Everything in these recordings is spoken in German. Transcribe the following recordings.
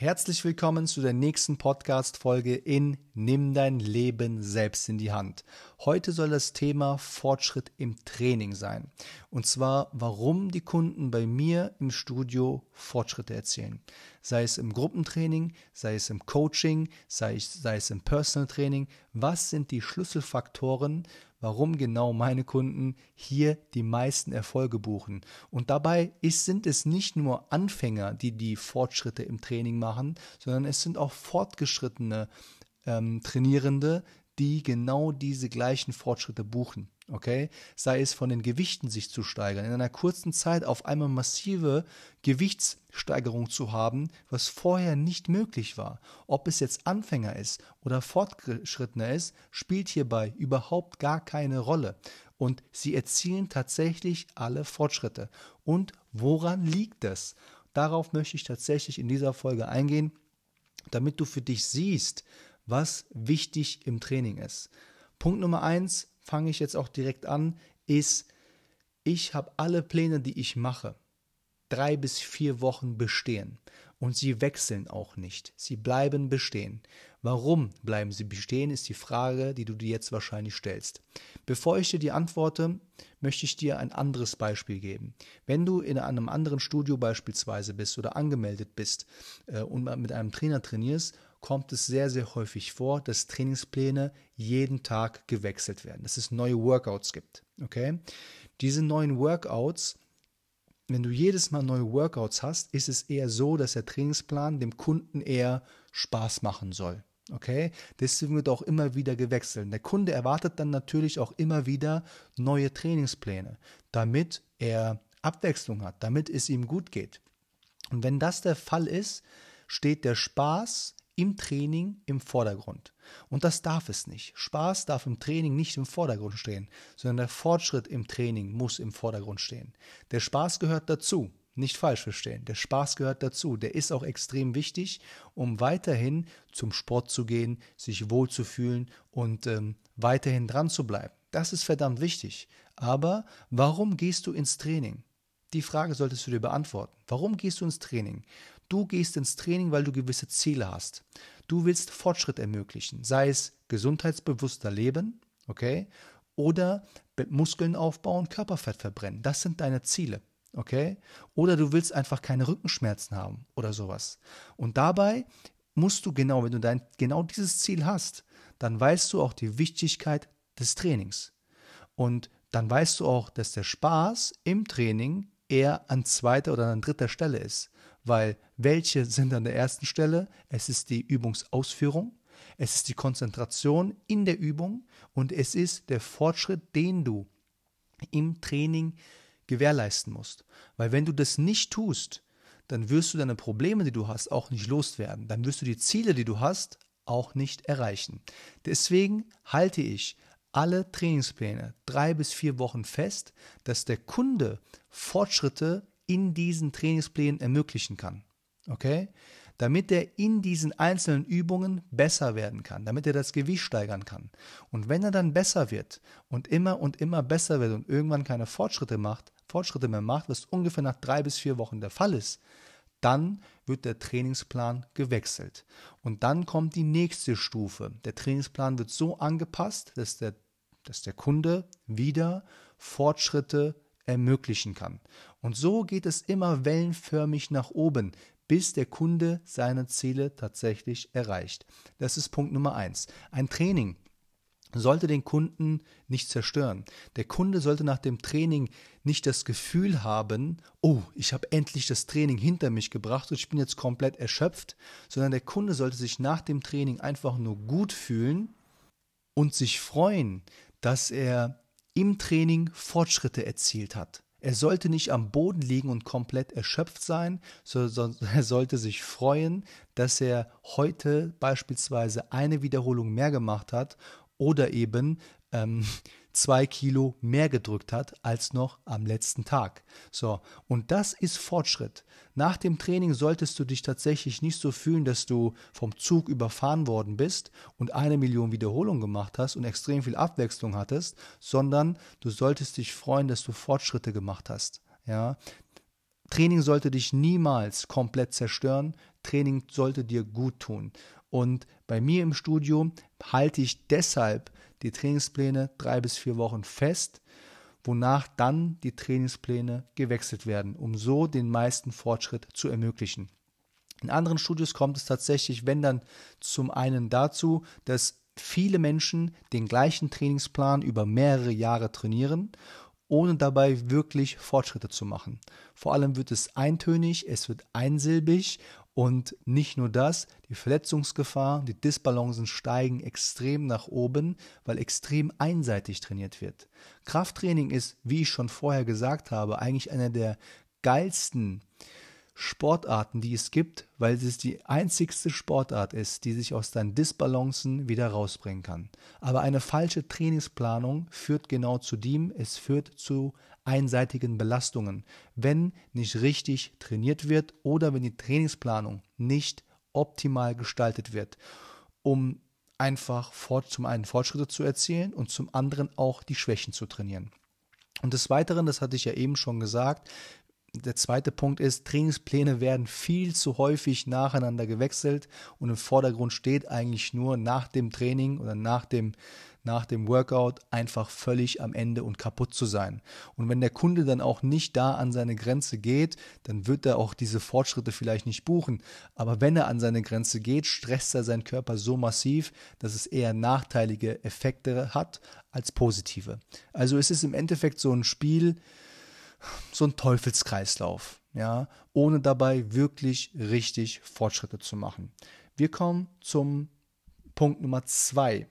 Herzlich willkommen zu der nächsten Podcast-Folge in Nimm dein Leben selbst in die Hand. Heute soll das Thema Fortschritt im Training sein. Und zwar, warum die Kunden bei mir im Studio Fortschritte erzielen. Sei es im Gruppentraining, sei es im Coaching, sei es im Personal Training. Was sind die Schlüsselfaktoren, warum genau meine Kunden hier die meisten Erfolge buchen? Und dabei sind es nicht nur Anfänger, die Fortschritte im Training machen, sondern es sind auch fortgeschrittene Trainierende, die genau diese gleichen Fortschritte buchen. Okay? Sei es von den Gewichten sich zu steigern, in einer kurzen Zeit auf einmal massive Gewichtssteigerung zu haben, was vorher nicht möglich war. Ob es jetzt Anfänger ist oder Fortgeschrittener ist, spielt hierbei überhaupt gar keine Rolle. Und sie erzielen tatsächlich alle Fortschritte. Und woran liegt das? Darauf möchte ich tatsächlich in dieser Folge eingehen, damit du für dich siehst, was wichtig im Training ist. Punkt Nummer 1, fange ich jetzt auch direkt an, ist, ich habe alle Pläne, die ich mache, 3 bis 4 Wochen bestehen. Und sie wechseln auch nicht. Sie bleiben bestehen. Warum bleiben sie bestehen, ist die Frage, die du dir jetzt wahrscheinlich stellst. Bevor ich dir die antworte, möchte ich dir ein anderes Beispiel geben. Wenn du in einem anderen Studio beispielsweise bist oder angemeldet bist und mit einem Trainer trainierst, kommt es sehr, sehr häufig vor, dass Trainingspläne jeden Tag gewechselt werden, dass es neue Workouts gibt. Okay? Diese neuen Workouts, wenn du jedes Mal neue Workouts hast, ist es eher so, dass der Trainingsplan dem Kunden eher Spaß machen soll. Okay? Deswegen wird auch immer wieder gewechselt. Der Kunde erwartet dann natürlich auch immer wieder neue Trainingspläne, damit er Abwechslung hat, damit es ihm gut geht. Und wenn das der Fall ist, steht der Spaß im Training im Vordergrund. Und das darf es nicht. Spaß darf im Training nicht im Vordergrund stehen, sondern der Fortschritt im Training muss im Vordergrund stehen. Der Spaß gehört dazu, nicht falsch verstehen. Der Spaß gehört dazu. Der ist auch extrem wichtig, um weiterhin zum Sport zu gehen, sich wohlzufühlen und weiterhin dran zu bleiben. Das ist verdammt wichtig. Aber warum gehst du ins Training? Die Frage solltest du dir beantworten. Warum gehst du ins Training? Du gehst ins Training, weil du gewisse Ziele hast. Du willst Fortschritt ermöglichen, sei es gesundheitsbewusster Leben, okay, oder Muskeln aufbauen, Körperfett verbrennen. Das sind deine Ziele, okay? Oder du willst einfach keine Rückenschmerzen haben oder sowas. Und dabei musst du genau, wenn du genau dieses Ziel hast, dann weißt du auch die Wichtigkeit des Trainings. Und dann weißt du auch, dass der Spaß im Training eher an zweiter oder an dritter Stelle ist. Weil welche sind an der ersten Stelle? Es ist die Übungsausführung, es ist die Konzentration in der Übung und es ist der Fortschritt, den du im Training gewährleisten musst. Weil wenn du das nicht tust, dann wirst du deine Probleme, die du hast, auch nicht loswerden. Dann wirst du die Ziele, die du hast, auch nicht erreichen. Deswegen halte ich alle Trainingspläne 3 bis 4 Wochen fest, dass der Kunde Fortschritte in diesen Trainingsplänen ermöglichen kann. Okay? Damit er in diesen einzelnen Übungen besser werden kann, damit er das Gewicht steigern kann. Und wenn er dann besser wird und immer besser wird und irgendwann keine Fortschritte mehr macht, was ungefähr nach 3 bis 4 Wochen der Fall ist, dann wird der Trainingsplan gewechselt. Und dann kommt die nächste Stufe. Der Trainingsplan wird so angepasst, dass der Kunde wieder Fortschritte ermöglichen kann. Und so geht es immer wellenförmig nach oben, bis der Kunde seine Ziele tatsächlich erreicht. Das ist Punkt Nummer 1. Ein Training sollte den Kunden nicht zerstören. Der Kunde sollte nach dem Training nicht das Gefühl haben, oh, ich habe endlich das Training hinter mich gebracht und ich bin jetzt komplett erschöpft, sondern der Kunde sollte sich nach dem Training einfach nur gut fühlen und sich freuen, dass er im Training Fortschritte erzielt hat. Er sollte nicht am Boden liegen und komplett erschöpft sein, sondern er sollte sich freuen, dass er heute beispielsweise eine Wiederholung mehr gemacht hat oder eben 2 Kilo mehr gedrückt hat als noch am letzten Tag. So, und das ist Fortschritt. Nach dem Training solltest du dich tatsächlich nicht so fühlen, dass du vom Zug überfahren worden bist und 1 Million Wiederholungen gemacht hast und extrem viel Abwechslung hattest, sondern du solltest dich freuen, dass du Fortschritte gemacht hast. Ja? Training sollte dich niemals komplett zerstören. Training sollte dir gut tun. Und bei mir im Studio halte ich deshalb die Trainingspläne 3 bis 4 Wochen fest, wonach dann die Trainingspläne gewechselt werden, um so den meisten Fortschritt zu ermöglichen. In anderen Studios kommt es tatsächlich, wenn dann zum einen dazu, dass viele Menschen den gleichen Trainingsplan über mehrere Jahre trainieren, ohne dabei wirklich Fortschritte zu machen. Vor allem wird es eintönig, es wird einsilbig und nicht nur das, die Verletzungsgefahr, die Disbalancen steigen extrem nach oben, weil extrem einseitig trainiert wird. Krafttraining ist, wie ich schon vorher gesagt habe, eigentlich einer der geilsten Sportarten, die es gibt, weil es die einzigste Sportart ist, die sich aus deinen Disbalancen wieder rausbringen kann. Aber eine falsche Trainingsplanung führt genau zu dem, es führt zu einseitigen Belastungen, wenn nicht richtig trainiert wird oder wenn die Trainingsplanung nicht optimal gestaltet wird, um einfach zum einen Fortschritte zu erzielen und zum anderen auch die Schwächen zu trainieren. Und des Weiteren, das hatte ich ja eben schon gesagt, der zweite Punkt ist, Trainingspläne werden viel zu häufig nacheinander gewechselt und im Vordergrund steht eigentlich nur nach dem Training oder nach dem Workout einfach völlig am Ende und kaputt zu sein. Und wenn der Kunde dann auch nicht da an seine Grenze geht, dann wird er auch diese Fortschritte vielleicht nicht buchen. Aber wenn er an seine Grenze geht, stresst er seinen Körper so massiv, dass es eher nachteilige Effekte hat als positive. Also es ist im Endeffekt so ein Spiel, so ein Teufelskreislauf, ja, ohne dabei wirklich richtig Fortschritte zu machen. Wir kommen zum Punkt Nummer 2.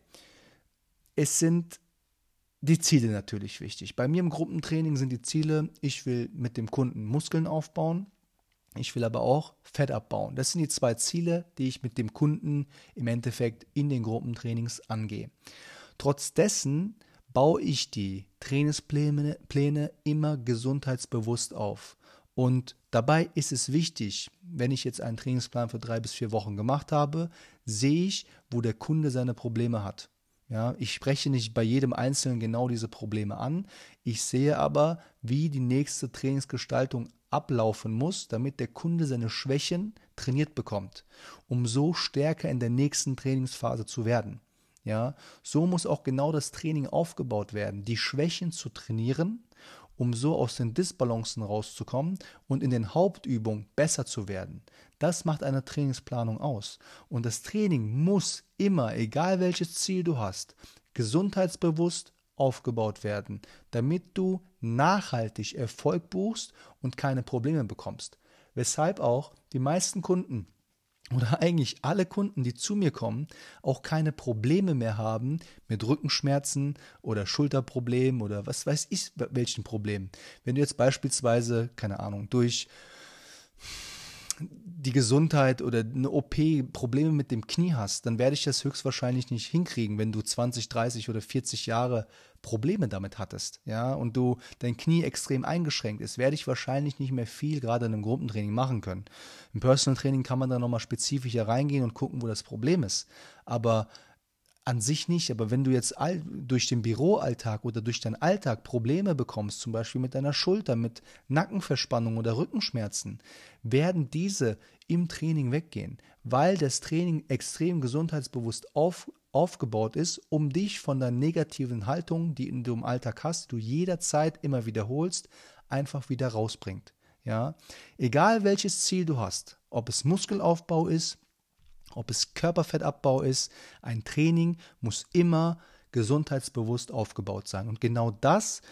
Es sind die Ziele natürlich wichtig. Bei mir im Gruppentraining sind die Ziele, ich will mit dem Kunden Muskeln aufbauen, ich will aber auch Fett abbauen. Das sind die 2 Ziele, die ich mit dem Kunden im Endeffekt in den Gruppentrainings angehe. Trotz dessen baue ich die Trainingspläne immer gesundheitsbewusst auf. Und dabei ist es wichtig, wenn ich jetzt einen Trainingsplan für 3 bis 4 Wochen gemacht habe, sehe ich, wo der Kunde seine Probleme hat. Ja, ich spreche nicht bei jedem Einzelnen genau diese Probleme an. Ich sehe aber, wie die nächste Trainingsgestaltung ablaufen muss, damit der Kunde seine Schwächen trainiert bekommt, um so stärker in der nächsten Trainingsphase zu werden. Ja, so muss auch genau das Training aufgebaut werden, die Schwächen zu trainieren, um so aus den Disbalancen rauszukommen und in den Hauptübungen besser zu werden. Das macht eine Trainingsplanung aus. Und das Training muss immer, egal welches Ziel du hast, gesundheitsbewusst aufgebaut werden, damit du nachhaltig Erfolg buchst und keine Probleme bekommst. Weshalb auch die meisten Kunden oder eigentlich alle Kunden, die zu mir kommen, auch keine Probleme mehr haben mit Rückenschmerzen oder Schulterproblemen oder was weiß ich, welchen Problemen. Wenn du jetzt beispielsweise, keine Ahnung, durch die Gesundheit oder eine OP Probleme mit dem Knie hast, dann werde ich das höchstwahrscheinlich nicht hinkriegen, wenn du 20, 30 oder 40 Jahre Probleme damit hattest, ja, und du dein Knie extrem eingeschränkt ist, werde ich wahrscheinlich nicht mehr viel gerade in einem Gruppentraining machen können. Im Personal Training kann man da nochmal spezifischer reingehen und gucken, wo das Problem ist. Aber an sich nicht, aber wenn du jetzt durch den Büroalltag oder durch deinen Alltag Probleme bekommst, zum Beispiel mit deiner Schulter, mit Nackenverspannung oder Rückenschmerzen, werden diese im Training weggehen, weil das Training extrem gesundheitsbewusst aufgebaut ist, um dich von der negativen Haltung, die du im Alltag hast, die du jederzeit immer wiederholst, einfach wieder rausbringt. Ja? Egal welches Ziel du hast, ob es Muskelaufbau ist, ob es Körperfettabbau ist, ein Training muss immer gesundheitsbewusst aufgebaut sein. Und genau das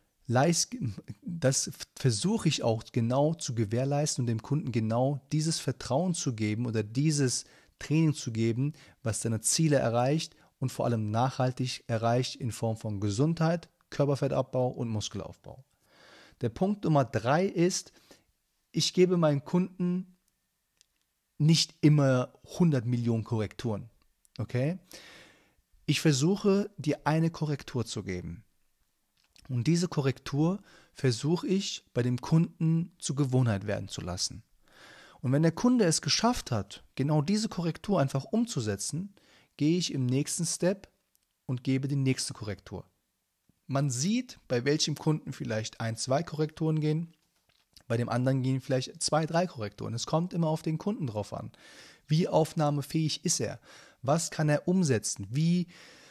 versuche ich auch genau zu gewährleisten und dem Kunden genau dieses Vertrauen zu geben oder dieses Training zu geben, was seine Ziele erreicht und vor allem nachhaltig erreicht in Form von Gesundheit, Körperfettabbau und Muskelaufbau. Der Punkt Nummer 3 ist, ich gebe meinen Kunden nicht immer 100 Millionen Korrekturen, okay? Ich versuche, dir eine Korrektur zu geben. Und diese Korrektur versuche ich bei dem Kunden zur Gewohnheit werden zu lassen. Und wenn der Kunde es geschafft hat, genau diese Korrektur einfach umzusetzen, gehe ich im nächsten Step und gebe die nächste Korrektur. Man sieht, bei welchem Kunden vielleicht 1, 2 Korrekturen gehen, Bei dem anderen gehen vielleicht 2, 3 Korrekturen. Es kommt immer auf den Kunden drauf an. Wie aufnahmefähig ist er? Was kann er umsetzen? Wie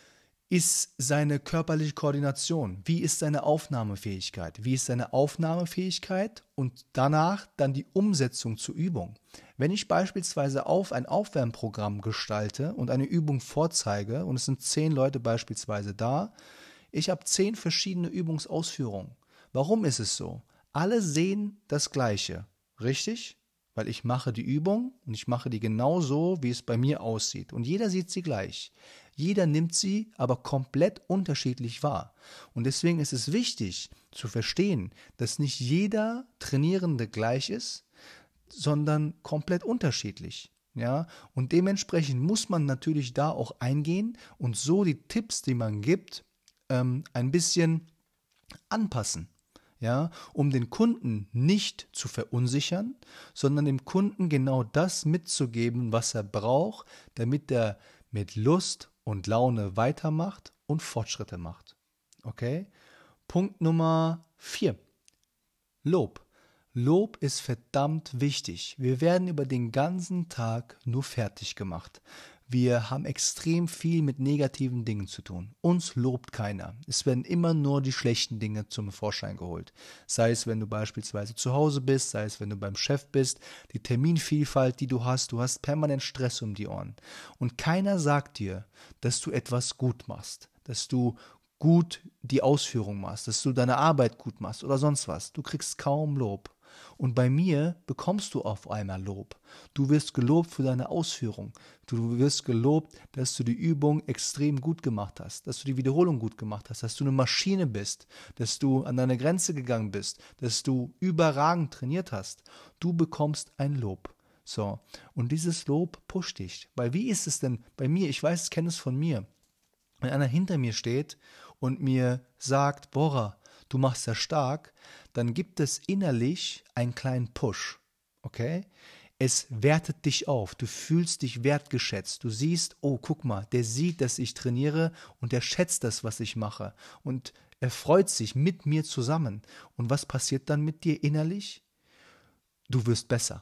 ist seine körperliche Koordination? Wie ist seine Aufnahmefähigkeit? Wie ist seine Aufnahmefähigkeit und danach dann die Umsetzung zur Übung? Wenn ich beispielsweise ein Aufwärmprogramm gestalte und eine Übung vorzeige und es sind 10 Leute beispielsweise da, ich habe 10 verschiedene Übungsausführungen. Warum ist es so? Alle sehen das Gleiche, richtig? Weil ich mache die Übung und ich mache die genau so, wie es bei mir aussieht. Und jeder sieht sie gleich. Jeder nimmt sie aber komplett unterschiedlich wahr. Und deswegen ist es wichtig zu verstehen, dass nicht jeder Trainierende gleich ist, sondern komplett unterschiedlich. Ja? Und dementsprechend muss man natürlich da auch eingehen und so die Tipps, die man gibt, ein bisschen anpassen. Ja, um den Kunden nicht zu verunsichern, sondern dem Kunden genau das mitzugeben, was er braucht, damit er mit Lust und Laune weitermacht und Fortschritte macht. Okay? Punkt Nummer 4. Lob. Lob ist verdammt wichtig. Wir werden über den ganzen Tag nur fertig gemacht. Wir haben extrem viel mit negativen Dingen zu tun. Uns lobt keiner. Es werden immer nur die schlechten Dinge zum Vorschein geholt. Sei es, wenn du beispielsweise zu Hause bist, sei es, wenn du beim Chef bist, die Terminvielfalt, die du hast permanent Stress um die Ohren. Und keiner sagt dir, dass du etwas gut machst, dass du gut die Ausführung machst, dass du deine Arbeit gut machst oder sonst was. Du kriegst kaum Lob. Und bei mir bekommst du auf einmal Lob. Du wirst gelobt für deine Ausführung. Du wirst gelobt, dass du die Übung extrem gut gemacht hast, dass du die Wiederholung gut gemacht hast, dass du eine Maschine bist, dass du an deine Grenze gegangen bist, dass du überragend trainiert hast. Du bekommst ein Lob. So, und dieses Lob pusht dich. Weil wie ist es denn bei mir? Ich weiß, ich kenne es von mir. Wenn einer hinter mir steht und mir sagt, Bora, du machst ja stark, dann gibt es innerlich einen kleinen Push, okay? Es wertet dich auf, du fühlst dich wertgeschätzt, du siehst, oh, guck mal, der sieht, dass ich trainiere und der schätzt das, was ich mache und er freut sich mit mir zusammen. Und was passiert dann mit dir innerlich? Du wirst besser.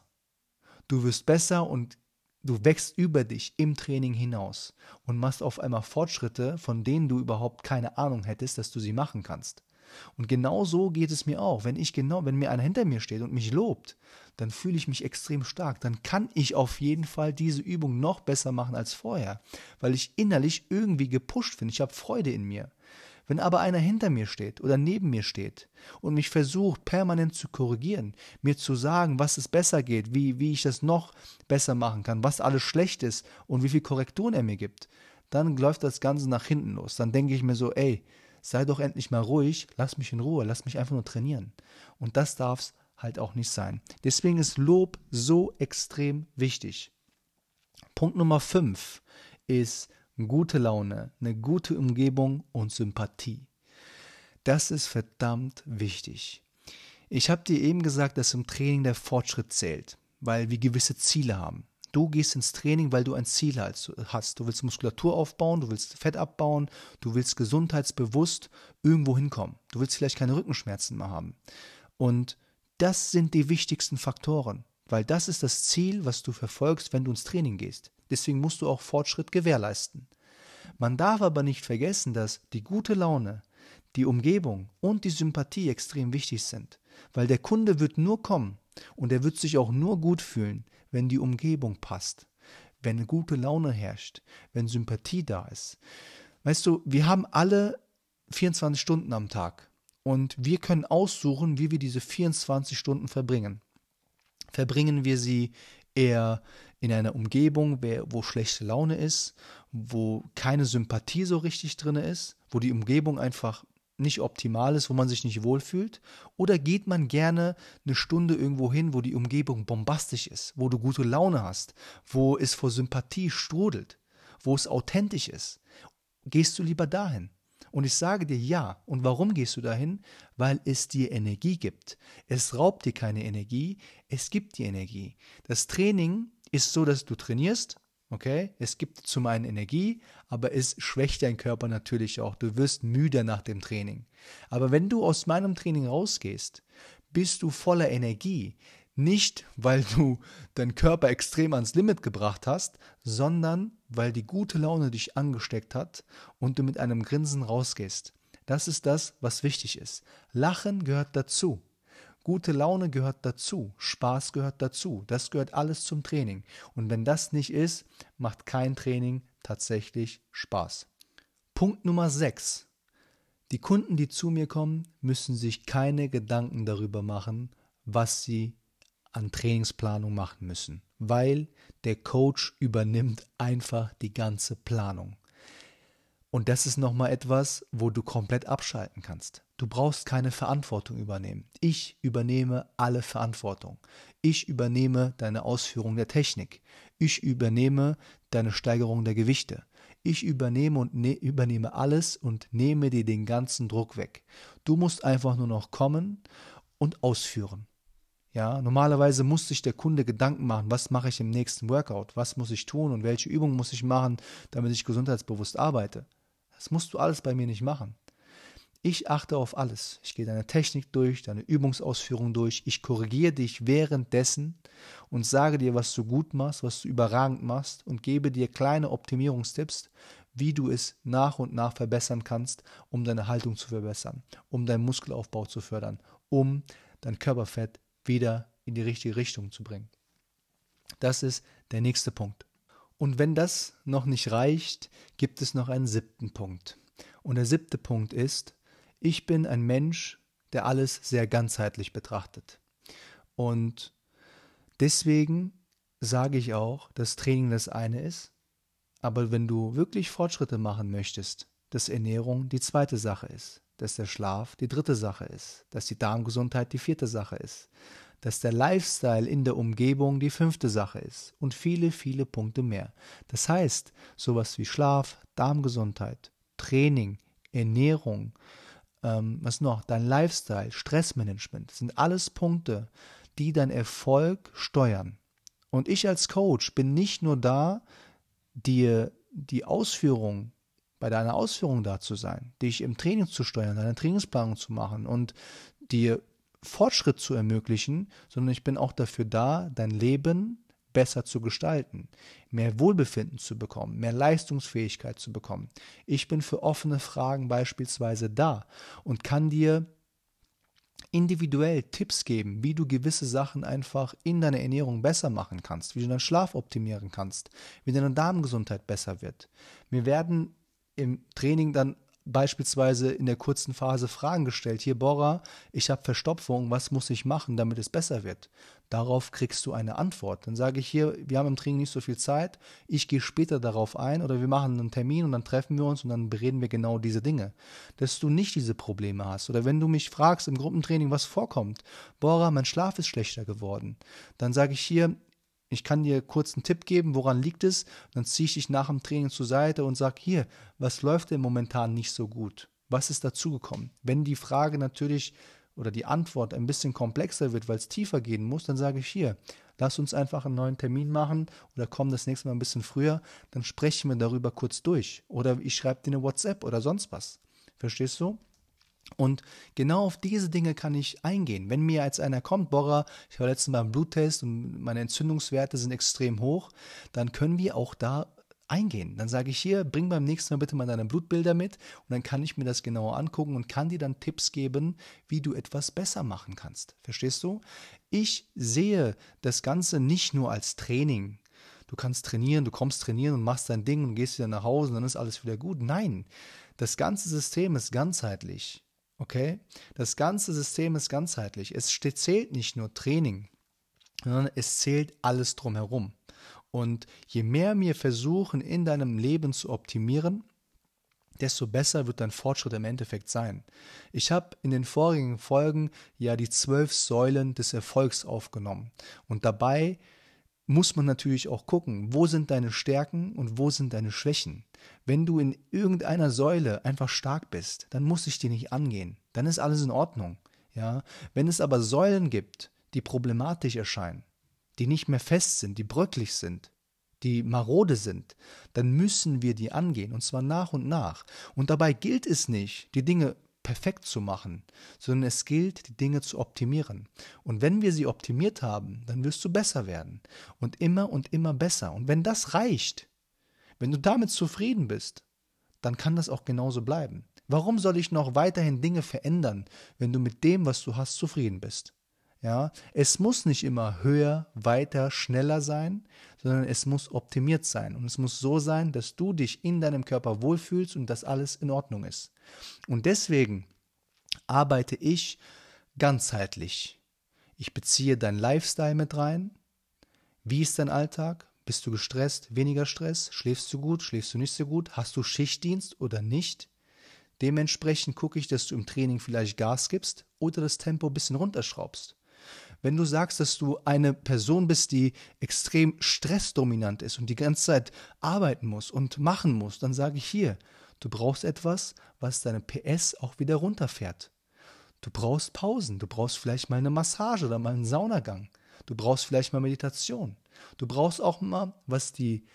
Du wirst besser und du wächst über dich im Training hinaus und machst auf einmal Fortschritte, von denen du überhaupt keine Ahnung hättest, dass du sie machen kannst. Und genau so geht es mir auch. Wenn mir einer hinter mir steht und mich lobt, dann fühle ich mich extrem stark. Dann kann ich auf jeden Fall diese Übung noch besser machen als vorher, weil ich innerlich irgendwie gepusht bin. Ich habe Freude in mir. Wenn aber einer hinter mir steht oder neben mir steht und mich versucht, permanent zu korrigieren, mir zu sagen, was es besser geht, wie ich das noch besser machen kann, was alles schlecht ist und wie viel Korrekturen er mir gibt, dann läuft das Ganze nach hinten los. Dann denke ich mir so, ey, sei doch endlich mal ruhig, lass mich in Ruhe, lass mich einfach nur trainieren. Und das darf es halt auch nicht sein. Deswegen ist Lob so extrem wichtig. Punkt Nummer 5 ist gute Laune, eine gute Umgebung und Sympathie. Das ist verdammt wichtig. Ich habe dir eben gesagt, dass im Training der Fortschritt zählt, weil wir gewisse Ziele haben. Du gehst ins Training, weil du ein Ziel hast. Du willst Muskulatur aufbauen, du willst Fett abbauen, du willst gesundheitsbewusst irgendwo hinkommen. Du willst vielleicht keine Rückenschmerzen mehr haben. Und das sind die wichtigsten Faktoren, weil das ist das Ziel, was du verfolgst, wenn du ins Training gehst. Deswegen musst du auch Fortschritt gewährleisten. Man darf aber nicht vergessen, dass die gute Laune, die Umgebung und die Sympathie extrem wichtig sind, weil der Kunde wird nur kommen und er wird sich auch nur gut fühlen, wenn die Umgebung passt, wenn eine gute Laune herrscht, wenn Sympathie da ist. Weißt du, wir haben alle 24 Stunden am Tag und wir können aussuchen, wie wir diese 24 Stunden verbringen. Verbringen wir sie eher in einer Umgebung, wo schlechte Laune ist, wo keine Sympathie so richtig drin ist, wo die Umgebung einfach nicht optimal ist, wo man sich nicht wohlfühlt? Oder geht man gerne eine Stunde irgendwo hin, wo die Umgebung bombastisch ist, wo du gute Laune hast, wo es vor Sympathie strudelt, wo es authentisch ist? Gehst du lieber dahin? Und ich sage dir ja. Und warum gehst du dahin? Weil es dir Energie gibt. Es raubt dir keine Energie, es gibt dir Energie. Das Training ist so, dass du trainierst, okay? Es gibt zum einen Energie, aber es schwächt deinen Körper natürlich auch. Du wirst müde nach dem Training. Aber wenn du aus meinem Training rausgehst, bist du voller Energie. Nicht, weil du deinen Körper extrem ans Limit gebracht hast, sondern weil die gute Laune dich angesteckt hat und du mit einem Grinsen rausgehst. Das ist das, was wichtig ist. Lachen gehört dazu. Gute Laune gehört dazu. Spaß gehört dazu. Das gehört alles zum Training. Und wenn das nicht ist, macht kein Training tatsächlich Spaß. Punkt Nummer 6. Die Kunden, die zu mir kommen, müssen sich keine Gedanken darüber machen, was sie an Trainingsplanung machen müssen, weil der Coach übernimmt einfach die ganze Planung. Und das ist nochmal etwas, wo du komplett abschalten kannst. Du brauchst keine Verantwortung übernehmen. Ich übernehme alle Verantwortung. Ich übernehme deine Ausführung der Technik. Ich übernehme deine Steigerung der Gewichte. Ich übernehme übernehme alles und nehme dir den ganzen Druck weg. Du musst einfach nur noch kommen und ausführen. Ja, normalerweise muss sich der Kunde Gedanken machen, was mache ich im nächsten Workout, was muss ich tun und welche Übungen muss ich machen, damit ich gesundheitsbewusst arbeite. Das musst du alles bei mir nicht machen. Ich achte auf alles. Ich gehe deine Technik durch, deine Übungsausführung durch. Ich korrigiere dich währenddessen und sage dir, was du gut machst, was du überragend machst und gebe dir kleine Optimierungstipps, wie du es nach und nach verbessern kannst, um deine Haltung zu verbessern, um deinen Muskelaufbau zu fördern, um dein Körperfett wieder in die richtige Richtung zu bringen. Das ist der nächste Punkt. Und wenn das noch nicht reicht, gibt es noch einen 7. Punkt. Und der 7. Punkt ist, ich bin ein Mensch, der alles sehr ganzheitlich betrachtet. Und deswegen sage ich auch, dass Training das eine ist, aber wenn du wirklich Fortschritte machen möchtest, dass Ernährung die 2. Sache ist, dass der Schlaf die 3. Sache ist, dass die Darmgesundheit die 4. Sache ist, dass der Lifestyle in der Umgebung die 5. Sache ist und viele, viele Punkte mehr. Das heißt, sowas wie Schlaf, Darmgesundheit, Training, Ernährung, was noch, dein Lifestyle, Stressmanagement, sind alles Punkte, die deinen Erfolg steuern. Und ich als Coach bin nicht nur da, dir die Ausführung, bei deiner Ausführung da zu sein, dich im Training zu steuern, deine Trainingsplanung zu machen und dir Fortschritt zu ermöglichen, sondern ich bin auch dafür da, dein Leben besser zu gestalten, mehr Wohlbefinden zu bekommen, mehr Leistungsfähigkeit zu bekommen. Ich bin für offene Fragen beispielsweise da und kann dir individuell Tipps geben, wie du gewisse Sachen einfach in deiner Ernährung besser machen kannst, wie du deinen Schlaf optimieren kannst, wie deine Darmgesundheit besser wird. Wir werden im Training dann beispielsweise in der kurzen Phase Fragen gestellt. Hier, Bora, ich habe Verstopfung, was muss ich machen, damit es besser wird? Darauf kriegst du eine Antwort. Dann sage ich hier, wir haben im Training nicht so viel Zeit, ich gehe später darauf ein oder wir machen einen Termin und dann treffen wir uns und dann bereden wir genau diese Dinge. Dass du nicht diese Probleme hast. Oder wenn du mich fragst im Gruppentraining, was vorkommt, Bora, mein Schlaf ist schlechter geworden. Dann sage ich hier, ich kann dir kurz einen Tipp geben, woran liegt es? Dann ziehe ich dich nach dem Training zur Seite und sage, hier, was läuft denn momentan nicht so gut? Was ist dazugekommen? Wenn die Frage natürlich oder die Antwort ein bisschen komplexer wird, weil es tiefer gehen muss, dann sage ich hier, lass uns einfach einen neuen Termin machen oder komm das nächste Mal ein bisschen früher, dann sprechen wir darüber kurz durch. Oder ich schreibe dir eine WhatsApp oder sonst was. Verstehst du? Und genau auf diese Dinge kann ich eingehen. Wenn mir jetzt einer kommt, Bora, ich war letztens beim Bluttest und meine Entzündungswerte sind extrem hoch, dann können wir auch da eingehen. Dann sage ich hier, bring beim nächsten Mal bitte mal deine Blutbilder mit und dann kann ich mir das genauer angucken und kann dir dann Tipps geben, wie du etwas besser machen kannst. Verstehst du? Ich sehe das Ganze nicht nur als Training. Du kannst trainieren, du kommst trainieren und machst dein Ding und gehst wieder nach Hause und dann ist alles wieder gut. Nein, das ganze System ist ganzheitlich. Okay? Das ganze System ist ganzheitlich. Es zählt nicht nur Training, sondern es zählt alles drumherum. Und je mehr wir versuchen, in deinem Leben zu optimieren, desto besser wird dein Fortschritt im Endeffekt sein. Ich habe in den vorigen Folgen ja die 12 Säulen des Erfolgs aufgenommen. Und dabei muss man natürlich auch gucken, wo sind deine Stärken und wo sind deine Schwächen. Wenn du in irgendeiner Säule einfach stark bist, dann muss ich die nicht angehen. Dann ist alles in Ordnung. Ja? Wenn es aber Säulen gibt, die problematisch erscheinen, die nicht mehr fest sind, die bröcklig sind, die marode sind, dann müssen wir die angehen und zwar nach und nach. Und dabei gilt es nicht, die Dinge perfekt zu machen, sondern es gilt, die Dinge zu optimieren. Und wenn wir sie optimiert haben, dann wirst du besser werden und immer besser. Und wenn das reicht, wenn du damit zufrieden bist, dann kann das auch genauso bleiben. Warum soll ich noch weiterhin Dinge verändern, wenn du mit dem, was du hast, zufrieden bist? Ja, es muss nicht immer höher, weiter, schneller sein, sondern es muss optimiert sein. Und es muss so sein, dass du dich in deinem Körper wohlfühlst und dass alles in Ordnung ist. Und deswegen arbeite ich ganzheitlich. Ich beziehe deinen Lifestyle mit rein. Wie ist dein Alltag? Bist du gestresst, weniger Stress? Schläfst du gut, schläfst du nicht so gut? Hast du Schichtdienst oder nicht? Dementsprechend gucke ich, dass du im Training vielleicht Gas gibst oder das Tempo ein bisschen runterschraubst. Wenn du sagst, dass du eine Person bist, die extrem stressdominant ist und die ganze Zeit arbeiten muss und machen muss, dann sage ich hier, du brauchst etwas, was deine PS auch wieder runterfährt. Du brauchst Pausen, du brauchst vielleicht mal eine Massage oder mal einen Saunagang. Du brauchst vielleicht mal Meditation. Du brauchst auch mal, was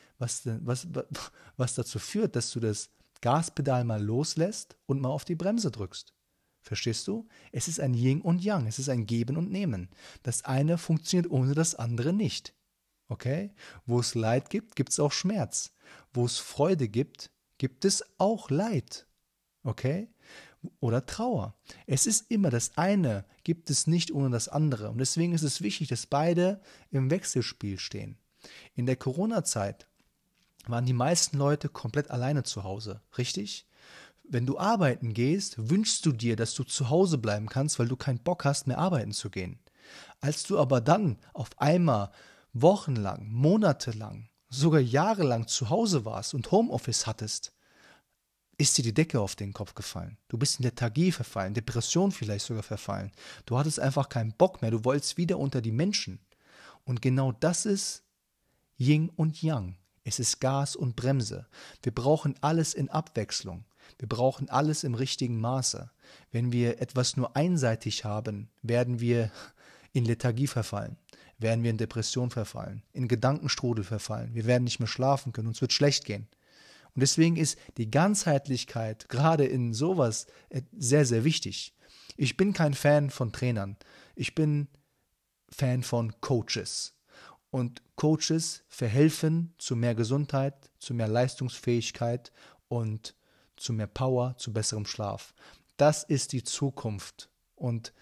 dazu führt, dass du das Gaspedal mal loslässt und mal auf die Bremse drückst. Verstehst du? Es ist ein Yin und Yang, es ist ein Geben und Nehmen. Das eine funktioniert ohne das andere nicht. Okay? Wo es Leid gibt, gibt es auch Schmerz. Wo es Freude gibt, gibt es auch Leid. Okay? Oder Trauer. Es ist immer das eine, gibt es nicht ohne das andere. Und deswegen ist es wichtig, dass beide im Wechselspiel stehen. In der Corona-Zeit waren die meisten Leute komplett alleine zu Hause, richtig? Wenn du arbeiten gehst, wünschst du dir, dass du zu Hause bleiben kannst, weil du keinen Bock hast, mehr arbeiten zu gehen. Als du aber dann auf einmal wochenlang, monatelang, sogar jahrelang zu Hause warst und Homeoffice hattest, ist dir die Decke auf den Kopf gefallen. Du bist in Lethargie verfallen, Depression vielleicht sogar verfallen. Du hattest einfach keinen Bock mehr, du wolltest wieder unter die Menschen. Und genau das ist Yin und Yang. Es ist Gas und Bremse. Wir brauchen alles in Abwechslung. Wir brauchen alles im richtigen Maße. Wenn wir etwas nur einseitig haben, werden wir in Lethargie verfallen, werden wir in Depression verfallen, in Gedankenstrudel verfallen. Wir werden nicht mehr schlafen können, uns wird schlecht gehen. Und deswegen ist die Ganzheitlichkeit gerade in sowas sehr, sehr wichtig. Ich bin kein Fan von Trainern. Ich bin Fan von Coaches. Und Coaches verhelfen zu mehr Gesundheit, zu mehr Leistungsfähigkeit und zu mehr Power, zu besserem Schlaf. Das ist die Zukunft. Und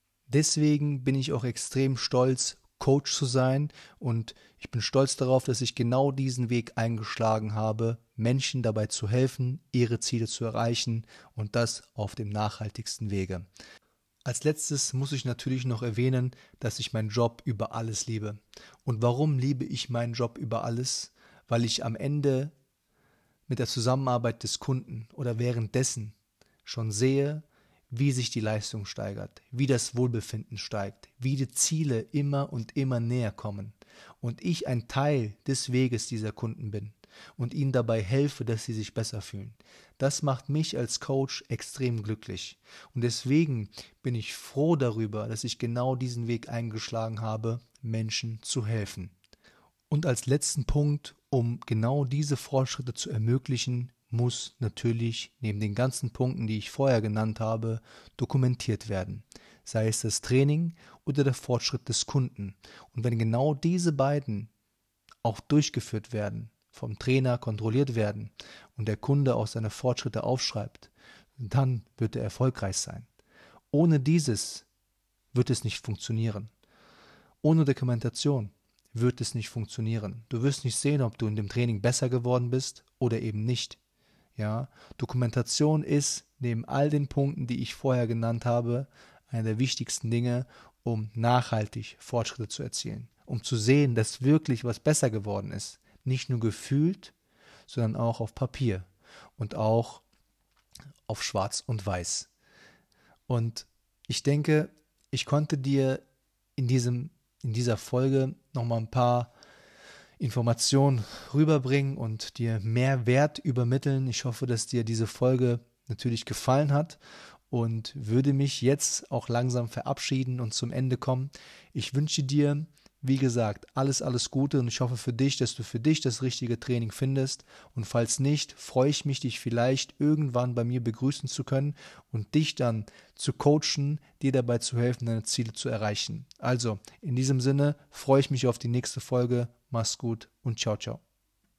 deswegen bin ich auch extrem stolz, Coach zu sein. Und ich bin stolz darauf, dass ich genau diesen Weg eingeschlagen habe, Menschen dabei zu helfen, ihre Ziele zu erreichen und das auf dem nachhaltigsten Wege. Als letztes muss ich natürlich noch erwähnen, dass ich meinen Job über alles liebe. Und warum liebe ich meinen Job über alles? Weil ich am Ende mit der Zusammenarbeit des Kunden oder währenddessen schon sehe, wie sich die Leistung steigert, wie das Wohlbefinden steigt, wie die Ziele immer und immer näher kommen und ich ein Teil des Weges dieser Kunden bin und ihnen dabei helfe, dass sie sich besser fühlen. Das macht mich als Coach extrem glücklich und deswegen bin ich froh darüber, dass ich genau diesen Weg eingeschlagen habe, Menschen zu helfen. Und als letzten Punkt, um genau diese Fortschritte zu ermöglichen, muss natürlich neben den ganzen Punkten, die ich vorher genannt habe, dokumentiert werden. Sei es das Training oder der Fortschritt des Kunden. Und wenn genau diese beiden auch durchgeführt werden, vom Trainer kontrolliert werden und der Kunde auch seine Fortschritte aufschreibt, dann wird er erfolgreich sein. Ohne dieses wird es nicht funktionieren. Ohne Dokumentation wird es nicht funktionieren. Du wirst nicht sehen, ob du in dem Training besser geworden bist oder eben nicht. Ja, Dokumentation ist neben all den Punkten, die ich vorher genannt habe, einer der wichtigsten Dinge, um nachhaltig Fortschritte zu erzielen, um zu sehen, dass wirklich was besser geworden ist. Nicht nur gefühlt, sondern auch auf Papier und auch auf Schwarz und Weiß. Und ich denke, ich konnte dir in dieser Folge nochmal ein paar Informationen rüberbringen und dir mehr Wert übermitteln. Ich hoffe, dass dir diese Folge natürlich gefallen hat und würde mich jetzt auch langsam verabschieden und zum Ende kommen. Ich wünsche dir Wie gesagt, alles Gute und ich hoffe für dich, dass du für dich das richtige Training findest und falls nicht, freue ich mich, dich vielleicht irgendwann bei mir begrüßen zu können und dich dann zu coachen, dir dabei zu helfen, deine Ziele zu erreichen. Also, in diesem Sinne freue ich mich auf die nächste Folge. Mach's gut und ciao, ciao.